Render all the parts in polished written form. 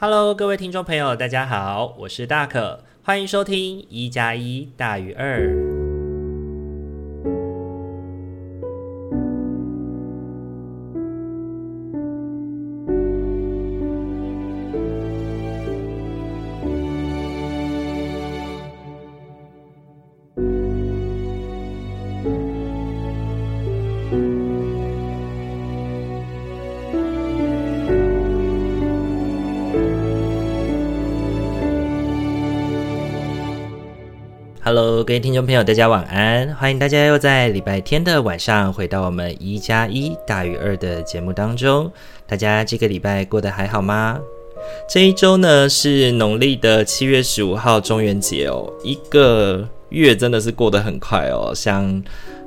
Hello，各位听众朋友，大家好，我是大可，欢迎收听1+1大于2。Hello， 各位听众朋友，大家晚安！欢迎大家又在礼拜天的晚上回到我们1+1大于2的节目当中。大家这个礼拜过得还好吗？这一周呢是农历的7月15号中元节哦，一个月真的是过得很快哦。像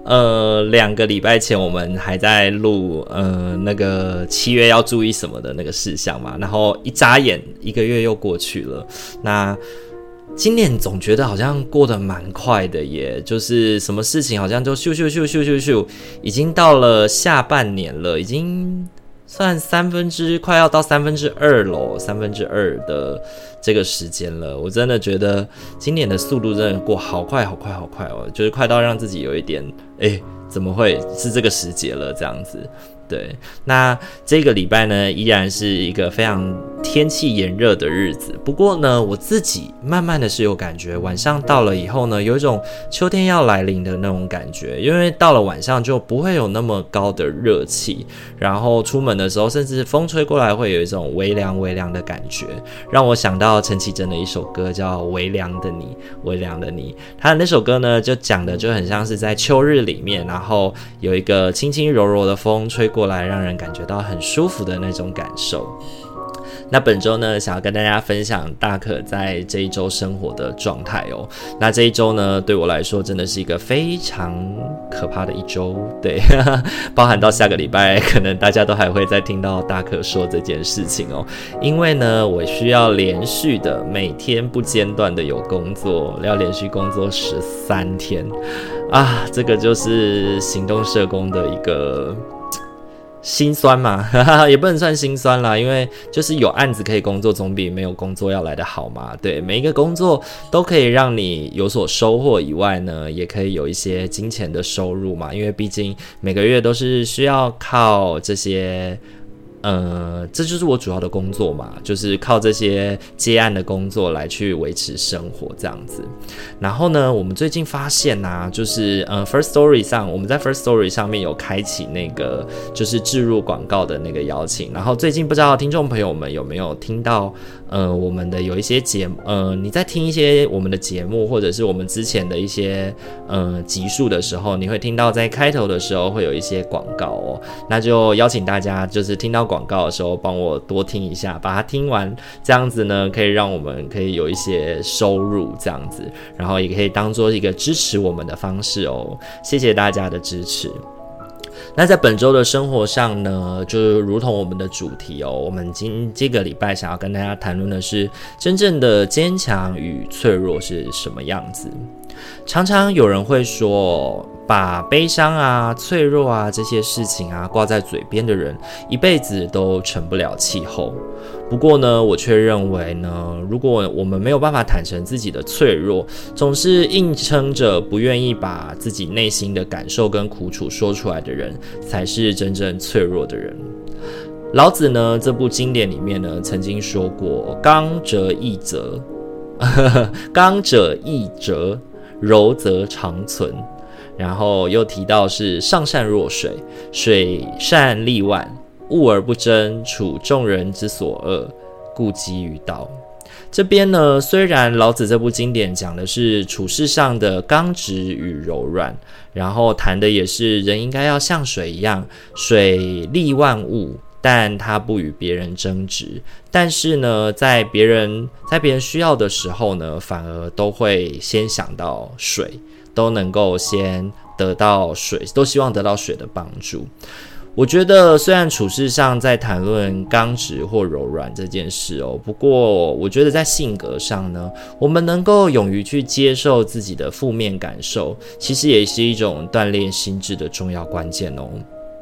2个礼拜前我们还在录那个7月要注意什么的那个事项嘛，然后一眨眼一个月又过去了。那今年总觉得好像过得蛮快的耶，就是什么事情好像就咻咻咻咻咻咻，已经到了下半年了，已经算快要到2/3咯，2/3的这个时间了。我真的觉得今年的速度真的过好快好快好快哦，就是快到让自己有一点怎么会是这个时节了这样子。对，那这个礼拜呢，依然是一个非常天气炎热的日子。不过呢，我自己慢慢的是有感觉，晚上到了以后呢，有一种秋天要来临的那种感觉。因为到了晚上就不会有那么高的热气，然后出门的时候，甚至风吹过来会有一种微凉微凉的感觉，让我想到陈绮贞的一首歌叫《微凉的你》，微凉的你。他的那首歌呢，就讲的就很像是在秋日里面，然后有一个轻轻柔柔的风吹过来，让人感觉到很舒服的那种感受。那本周呢，想要跟大家分享大可在这一周生活的状态哦。那这一周呢，对我来说真的是一个非常可怕的一周，对，包含到下个礼拜，可能大家都还会再听到大可说这件事情哦。因为呢，我需要连续的每天不间断的有工作，要连续工作13天啊，这个就是行动社工的一个心酸嘛，也不能算心酸啦，因为就是有案子可以工作，总比没有工作要来得好嘛。对，每一个工作都可以让你有所收获以外呢，也可以有一些金钱的收入嘛，因为毕竟每个月都是需要靠这些这就是我主要的工作嘛，就是靠这些接案的工作来去维持生活这样子。然后呢，我们最近发现啊，就是First Story 上，我们在 First Story 上面有开启那个就是置入广告的那个邀请。然后最近不知道听众朋友们有没有听到我们的有一些节目，你在听一些我们的节目，或者是我们之前的一些集数的时候，你会听到在开头的时候会有一些广告哦。那就邀请大家就是听到广告的时候帮我多听一下，把它听完，这样子呢可以让我们可以有一些收入这样子，然后也可以当做一个支持我们的方式哦。谢谢大家的支持。那在本周的生活上呢，就如同我们的主题哦，我们这个礼拜想要跟大家谈论的是真正的坚强与脆弱是什么样子。常常有人会说，把悲伤啊、脆弱啊这些事情啊挂在嘴边的人，一辈子都成不了气候。不过呢，我却认为呢，如果我们没有办法坦诚自己的脆弱，总是硬撑着不愿意把自己内心的感受跟苦楚说出来的人，才是真正脆弱的人。老子呢，这部经典里面呢，曾经说过：“刚则易折，刚者易折，柔则长存。”然后又提到是上善若水，水善利万，恶而不争，处众人之所恶，故几于道。这边呢，虽然老子这部经典讲的是处事上的刚直与柔软，然后谈的也是人应该要像水一样，水利万物，但他不与别人争执。但是呢，在别人需要的时候呢，反而都会先想到水，都能够先得到水，都希望得到水的帮助。我觉得虽然处事上在谈论刚直或柔软这件事哦，不过我觉得在性格上呢，我们能够勇于去接受自己的负面感受，其实也是一种锻炼心智的重要关键哦。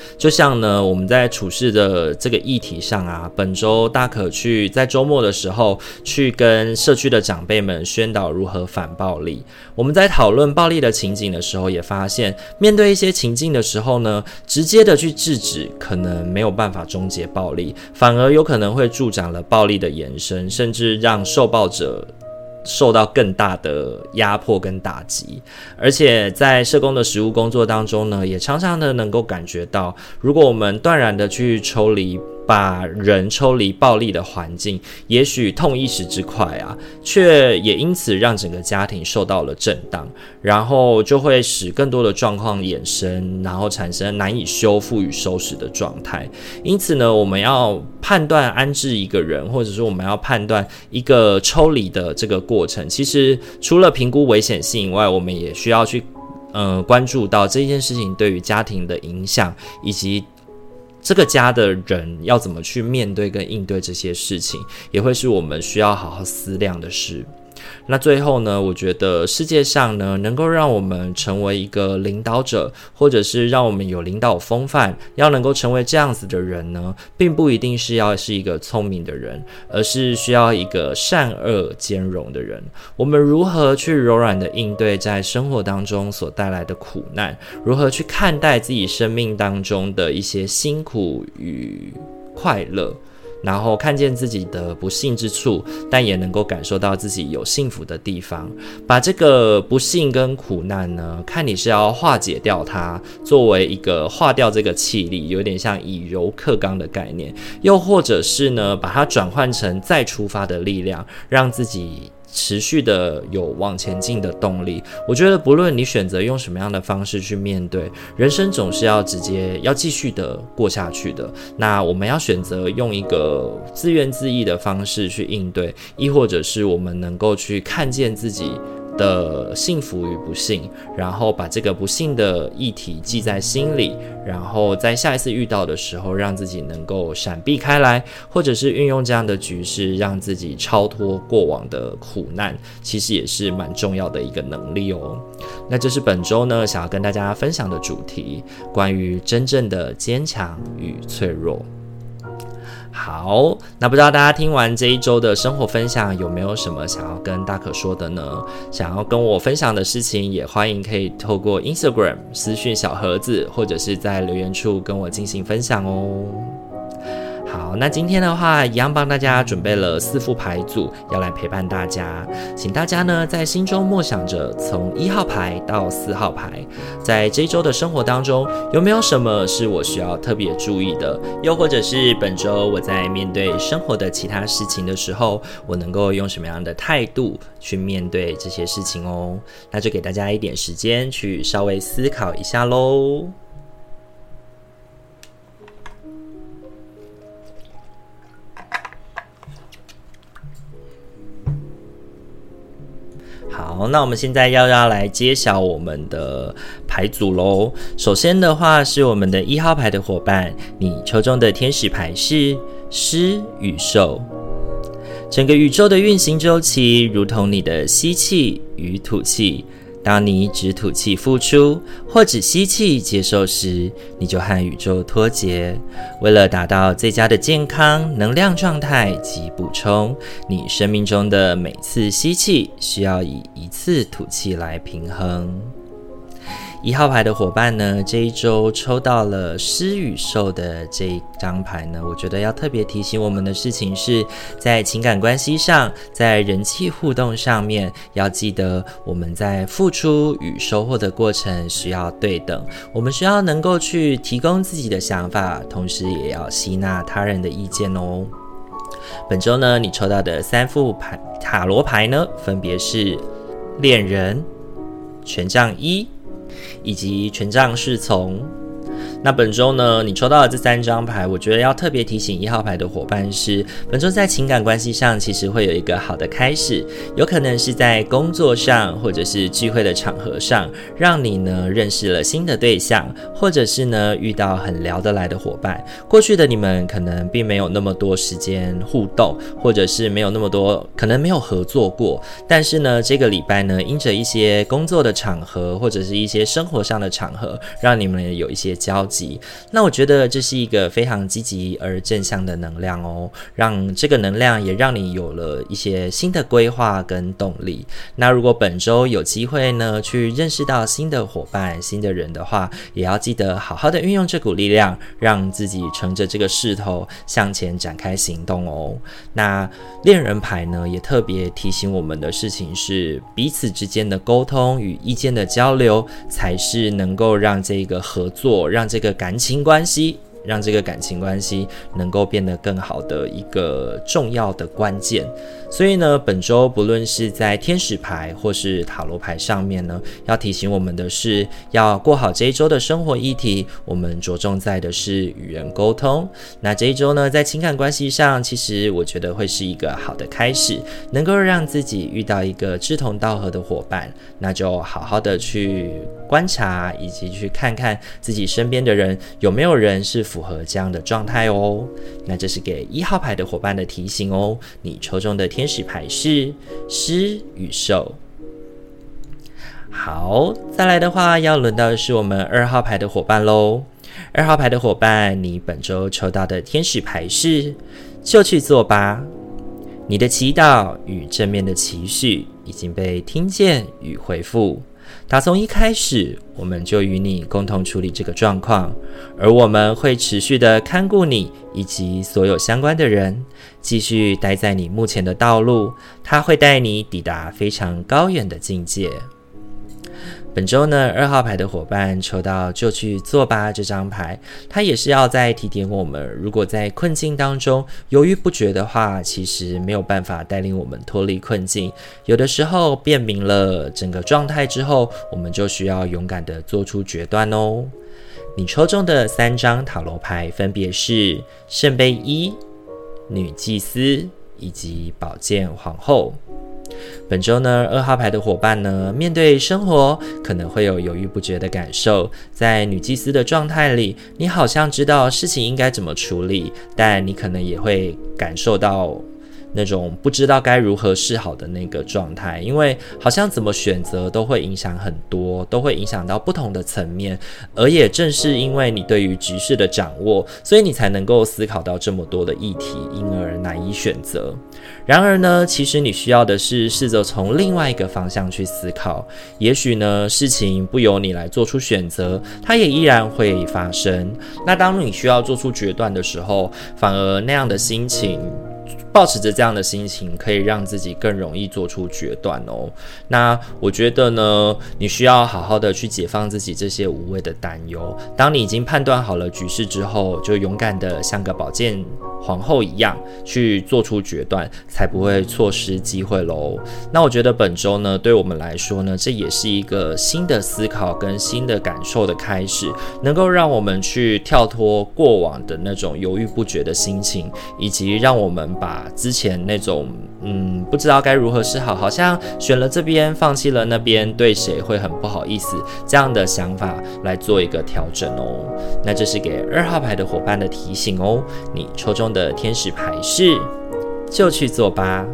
就像呢，我们在处事的这个议题上啊，本周大可去在周末的时候去跟社区的长辈们宣导如何反暴力。我们在讨论暴力的情景的时候，也发现面对一些情境的时候呢，直接的去制止可能没有办法终结暴力，反而有可能会助长了暴力的延伸，甚至让受暴者受到更大的压迫跟打击。而且在社工的实务工作当中呢，也常常的能够感觉到，如果我们断然的去把人抽离暴力的环境，也许痛一时之快啊，却也因此让整个家庭受到了震荡，然后就会使更多的状况衍生，然后产生难以修复与收拾的状态。因此呢，我们要判断安置一个人，或者说我们要判断一个抽离的这个过程，其实除了评估危险性以外，我们也需要去关注到这件事情对于家庭的影响，以及这个家的人要怎么去面对跟应对这些事情，也会是我们需要好好思量的事。那最后呢，我觉得世界上呢，能够让我们成为一个领导者，或者是让我们有领导风范，要能够成为这样子的人呢，并不一定是要是一个聪明的人，而是需要一个善恶兼容的人。我们如何去柔软的应对在生活当中所带来的苦难，如何去看待自己生命当中的一些辛苦与快乐，然后看见自己的不幸之处，但也能够感受到自己有幸福的地方。把这个不幸跟苦难呢，看你是要化解掉它，作为一个化掉这个气力，有点像以柔克刚的概念，又或者是呢，把它转换成再出发的力量，让自己持续的有往前进的动力。我觉得不论你选择用什么样的方式去面对人生，总是要继续的过下去的。那我们要选择用一个自怨自艾的方式去应对，亦或者是我们能够去看见自己的幸福与不幸，然后把这个不幸的议题记在心里，然后在下一次遇到的时候让自己能够闪避开来，或者是运用这样的局势让自己超脱过往的苦难，其实也是蛮重要的一个能力哦。那这是本周呢想要跟大家分享的主题，关于真正的坚强与脆弱。好，那不知道大家听完这一周的生活分享，有没有什么想要跟大可说的呢？想要跟我分享的事情，也欢迎可以透过 Instagram 私讯小盒子，或者是在留言处跟我进行分享哦。好，那今天的话，一样帮大家准备了4副牌组，要来陪伴大家。请大家呢，在心中默想着，从1号牌到4号牌，在这一周的生活当中，有没有什么是我需要特别注意的？又或者是本周我在面对生活的其他事情的时候，我能够用什么样的态度去面对这些事情哦？那就给大家一点时间去稍微思考一下咯。好，那我们现在要来揭晓我们的牌组咯。首先的话是我们的1号牌的伙伴，你抽中的天使牌是狮与兽。整个宇宙的运行周期如同你的吸气与吐气，当你只吐气付出，或只吸气接受时，你就和宇宙脱节。为了达到最佳的健康、能量状态及补充，你生命中的每次吸气需要以1次吐气来平衡。1号牌的伙伴呢，这一周抽到了狮与兽的这一张牌呢，我觉得要特别提醒我们的事情是，在情感关系上，在人际互动上面，要记得我们在付出与收获的过程需要对等，我们需要能够去提供自己的想法，同时也要吸纳他人的意见哦。本周呢，你抽到的3副牌塔罗牌呢，分别是恋人、权杖1以及权杖侍从。那本周呢，你抽到的这3张牌，我觉得要特别提醒1号牌的伙伴是，本周在情感关系上其实会有一个好的开始，有可能是在工作上或者是聚会的场合上，让你呢认识了新的对象，或者是呢遇到很聊得来的伙伴。过去的你们可能并没有那么多时间互动，或者是没有那么多，可能没有合作过，但是呢这个礼拜呢，因着一些工作的场合或者是一些生活上的场合，让你们有一些交集。 击。那我觉得这是一个非常积极而正向的能量哦，让这个能量也让你有了一些新的规划跟动力。那如果本周有机会呢，去认识到新的伙伴、新的人的话，也要记得好好的运用这股力量，让自己乘着这个势头向前展开行动哦。那恋人牌呢，也特别提醒我们的事情是，彼此之间的沟通与意见的交流，才是能够让这个合作，让这个感情关系能够变得更好的一个重要的关键。所以呢，本周不论是在天使牌或是塔罗牌上面呢，要提醒我们的是，要过好这一周的生活议题，我们着重在的是与人沟通。那这一周呢，在情感关系上，其实我觉得会是一个好的开始，能够让自己遇到一个志同道合的伙伴，那就好好的去观察，以及去看看自己身边的人有没有人是符合这样的状态哦。那这是给1号牌的伙伴的提醒哦。你抽中的天使牌是狮与兽。好，再来的话，要轮到的是我们2号牌的伙伴咯。2号牌的伙伴，你本周抽到的天使牌是就去做吧。你的祈祷与正面的期许已经被听见与回复。打从一开始，我们就与你共同处理这个状况，而我们会持续的看顾你以及所有相关的人，继续待在你目前的道路，它会带你抵达非常高远的境界。本周呢，2号牌的伙伴抽到就去做吧这张牌，它也是要再提点我们，如果在困境当中犹豫不决的话，其实没有办法带领我们脱离困境。有的时候辨明了整个状态之后，我们就需要勇敢的做出决断哦。你抽中的3张塔罗牌分别是圣杯1、女祭司以及宝剑皇后。本周呢，2号牌的伙伴呢，面对生活可能会有犹豫不决的感受。在女祭司的状态里，你好像知道事情应该怎么处理，但你可能也会感受到那种不知道该如何是好的那个状态，因为好像怎么选择都会影响很多，都会影响到不同的层面，而也正是因为你对于局势的掌握，所以你才能够思考到这么多的议题，因而难以选择。然而呢，其实你需要的是试着从另外一个方向去思考，也许呢，事情不由你来做出选择，它也依然会发生。那当你需要做出决断的时候，反而那样的心情，抱持着这样的心情，可以让自己更容易做出决断哦。那我觉得呢，你需要好好的去解放自己这些无谓的担忧。当你已经判断好了局势之后，就勇敢的像个宝剑皇后一样去做出决断，才不会错失机会咯。那我觉得本周呢，对我们来说呢，这也是一个新的思考跟新的感受的开始，能够让我们去跳脱过往的那种犹豫不决的心情，以及让我们把之前那种不知道该如何是好，好像选了这边放弃了那边，对谁会很不好意思这样的想法来做一个调整哦。那这是给2号牌的伙伴的提醒哦。你抽中的天使牌是就去做吧。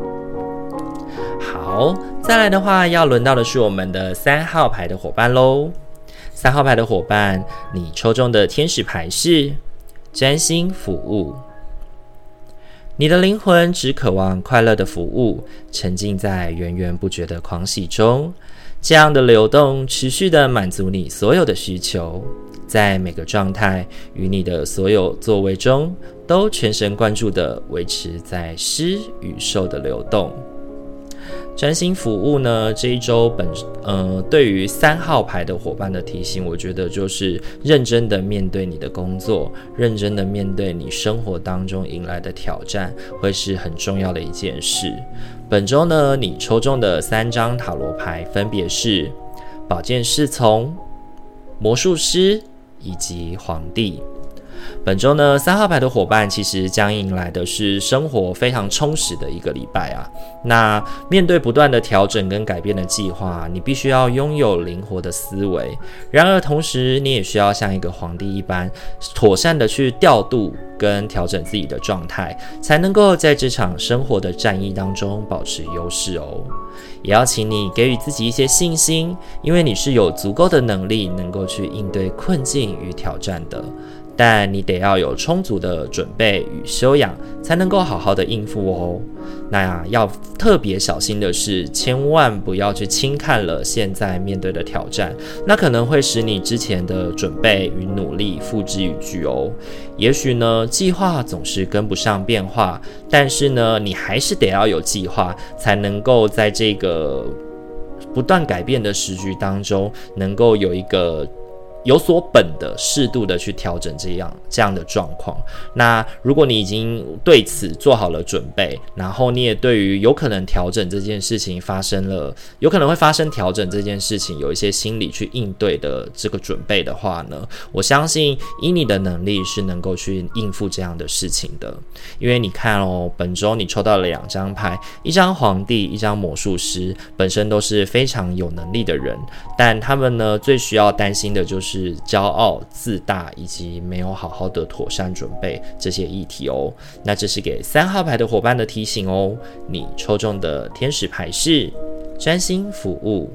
好，再来的话，要轮到的是我们的3号牌的伙伴咯。3号牌的伙伴，你抽中的天使牌是占星服务。你的灵魂只渴望快乐的服务，沉浸在源源不绝的狂喜中，这样的流动持续的满足你所有的需求，在每个状态与你的所有作为中，都全神贯注的维持在施与受的流动。占星服务呢，这一周对于3号牌的伙伴的提醒，我觉得就是认真的面对你的工作，认真的面对你生活当中迎来的挑战，会是很重要的一件事。本周呢，你抽中的3张塔罗牌分别是宝剑侍从、魔术师以及皇帝。 本周呢，3号牌的伙伴其实将迎来的是生活非常充实的一个礼拜啊。那面对不断的调整跟改变的计划，你必须要拥有灵活的思维。然而同时，你也需要像一个皇帝一般，妥善的去调度跟调整自己的状态，才能够在这场生活的战役当中保持优势哦。也要请你给予自己一些信心，因为你是有足够的能力能够去应对困境与挑战的。但你得要有充足的准备与修养，才能够好好的应付哦。那要特别小心的是，千万不要去轻看了现在面对的挑战，那可能会使你之前的准备与努力付之一炬哦。也许呢，计划总是跟不上变化，但是呢，你还是得要有计划，才能够在这个不断改变的时局当中，能够有一个有所本的适度的去调整这样的状况。那如果你已经对此做好了准备，然后你也对于有可能调整这件事情有可能会发生调整这件事情有一些心理去应对的这个准备的话呢，我相信以你的能力是能够去应付这样的事情的。因为你看哦，本周你抽到了2张牌，一张皇帝，一张魔术师，本身都是非常有能力的人，但他们呢最需要担心的就是骄傲、自大以及没有好好的妥善准备这些议题哦。那这是给3号牌的伙伴的提醒哦。你抽中的天使牌是专心服务。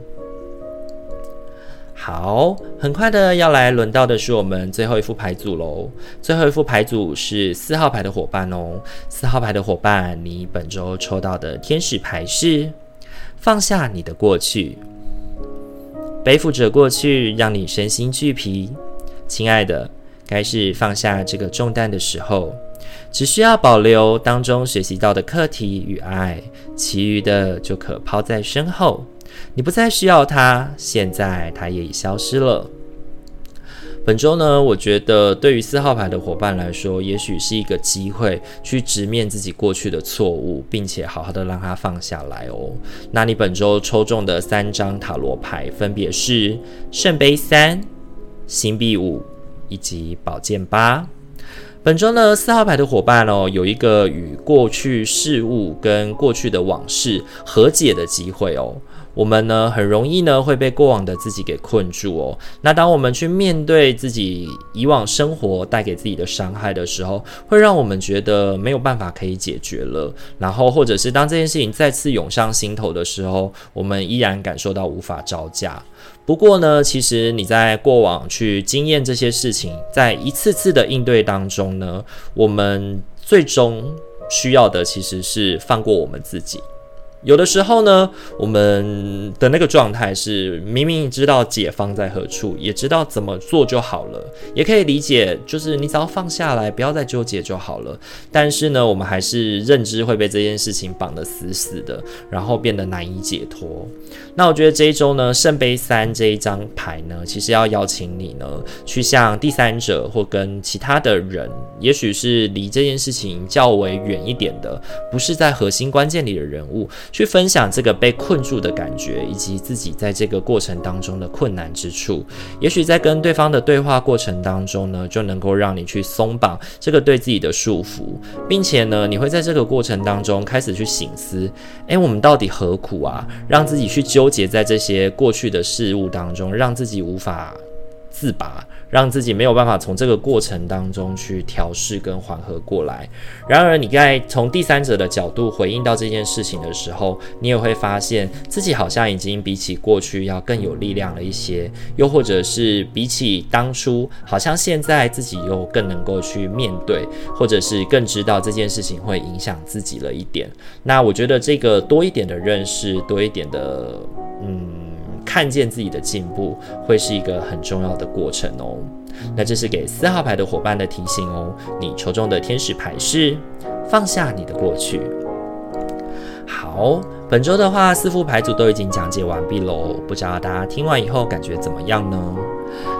好，很快的要来轮到的是我们最后一副牌组咯。最后一副牌组是4号牌的伙伴哦。4号牌的伙伴，你本周抽到的天使牌是放下你的过去。背负着过去让你身心俱疲，亲爱的，该是放下这个重担的时候，只需要保留当中学习到的课题与爱，其余的就可抛在身后。你不再需要它，现在它也已消失了。本周呢，我觉得对于4号牌的伙伴来说，也许是一个机会去直面自己过去的错误，并且好好的让它放下来哦。那你本周抽中的3张塔罗牌分别是圣杯3、星币5以及宝剑8。本周呢，4号牌的伙伴哦，有一个与过去事物跟过去的往事和解的机会哦。我们呢很容易呢会被过往的自己给困住哦。那当我们去面对自己以往生活带给自己的伤害的时候，会让我们觉得没有办法可以解决了。然后或者是当这件事情再次涌上心头的时候，我们依然感受到无法招架。不过呢，其实你在过往去经验这些事情，在一次次的应对当中呢，我们最终需要的其实是放过我们自己。有的时候呢，我们的那个状态是明明知道解方在何处，也知道怎么做就好了，也可以理解，就是你只要放下来，不要再纠结就好了。但是呢，我们还是认知会被这件事情绑得死死的，然后变得难以解脱。那我觉得这一周呢，圣杯3这一张牌呢，其实要邀请你呢，去向第三者或跟其他的人，也许是离这件事情较为远一点的，不是在核心关键里的人物，去分享这个被困住的感觉，以及自己在这个过程当中的困难之处。也许在跟对方的对话过程当中呢，就能够让你去松绑这个对自己的束缚，并且呢，你会在这个过程当中开始去省思，我们到底何苦啊？让自己去纠结在这些过去的事物当中，让自己无法自拔，让自己没有办法从这个过程当中去调试跟缓和过来。然而你在从第三者的角度回应到这件事情的时候，你也会发现自己好像已经比起过去要更有力量了一些，又或者是比起当初，好像现在自己又更能够去面对，或者是更知道这件事情会影响自己了一点。那我觉得这个多一点的认识，多一点的看见自己的进步，会是一个很重要的过程哦。那这是给4号牌的伙伴的提醒哦。你抽中的天使牌是放下你的过去。好，本周的话，4副牌组都已经讲解完毕喽。不知道大家听完以后感觉怎么样呢？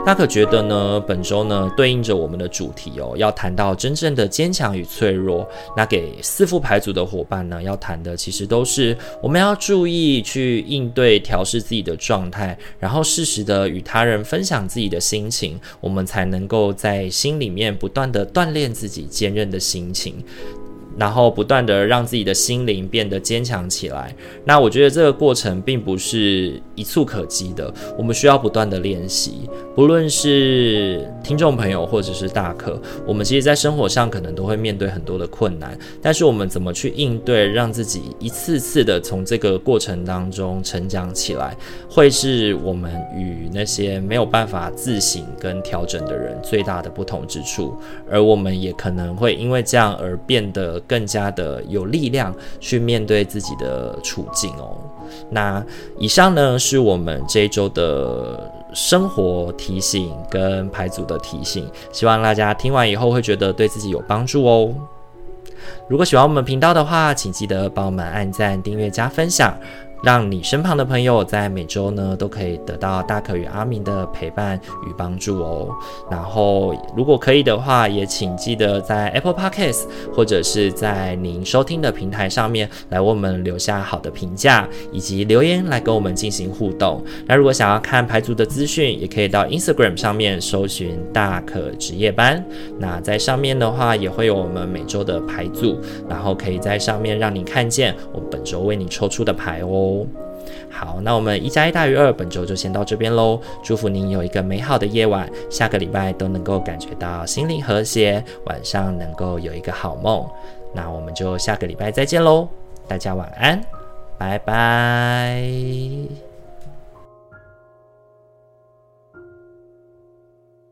大可觉得呢，本周呢对应着我们的主题要谈到真正的坚强与脆弱。那给四副牌组的伙伴呢，要谈的其实都是我们要注意去应对、调试自己的状态，然后适时的与他人分享自己的心情，我们才能够在心里面不断的锻炼自己坚韧的心情，然后不断的让自己的心灵变得坚强起来。那我觉得这个过程并不是一蹴可及的，我们需要不断的练习。不论是听众朋友或者是大可，我们其实在生活上可能都会面对很多的困难，但是我们怎么去应对，让自己一次次的从这个过程当中成长起来，会是我们与那些没有办法自省跟调整的人最大的不同之处。而我们也可能会因为这样而变得更加的有力量去面对自己的处境那以上呢是我们这一周的生活提醒跟牌组的提醒，希望大家听完以后会觉得对自己有帮助哦。如果喜欢我们频道的话，请记得帮我们按赞、订阅、加分享，让你身旁的朋友在每周呢都可以得到大可与阿明的陪伴与帮助哦。然后如果可以的话，也请记得在 Apple Podcast 或者是在您收听的平台上面来为我们留下好的评价，以及留言来跟我们进行互动。那如果想要看牌组的资讯，也可以到 Instagram 上面搜寻大可职业班，那在上面的话也会有我们每周的牌组，然后可以在上面让你看见我们本周为你抽出的牌哦。好，那我们1+1大于2本周就先到这边咯，祝福您有一个美好的夜晚，下个礼拜都能够感觉到心灵和谐，晚上能够有一个好梦。那我们就下个礼拜再见咯，大家晚安，拜拜。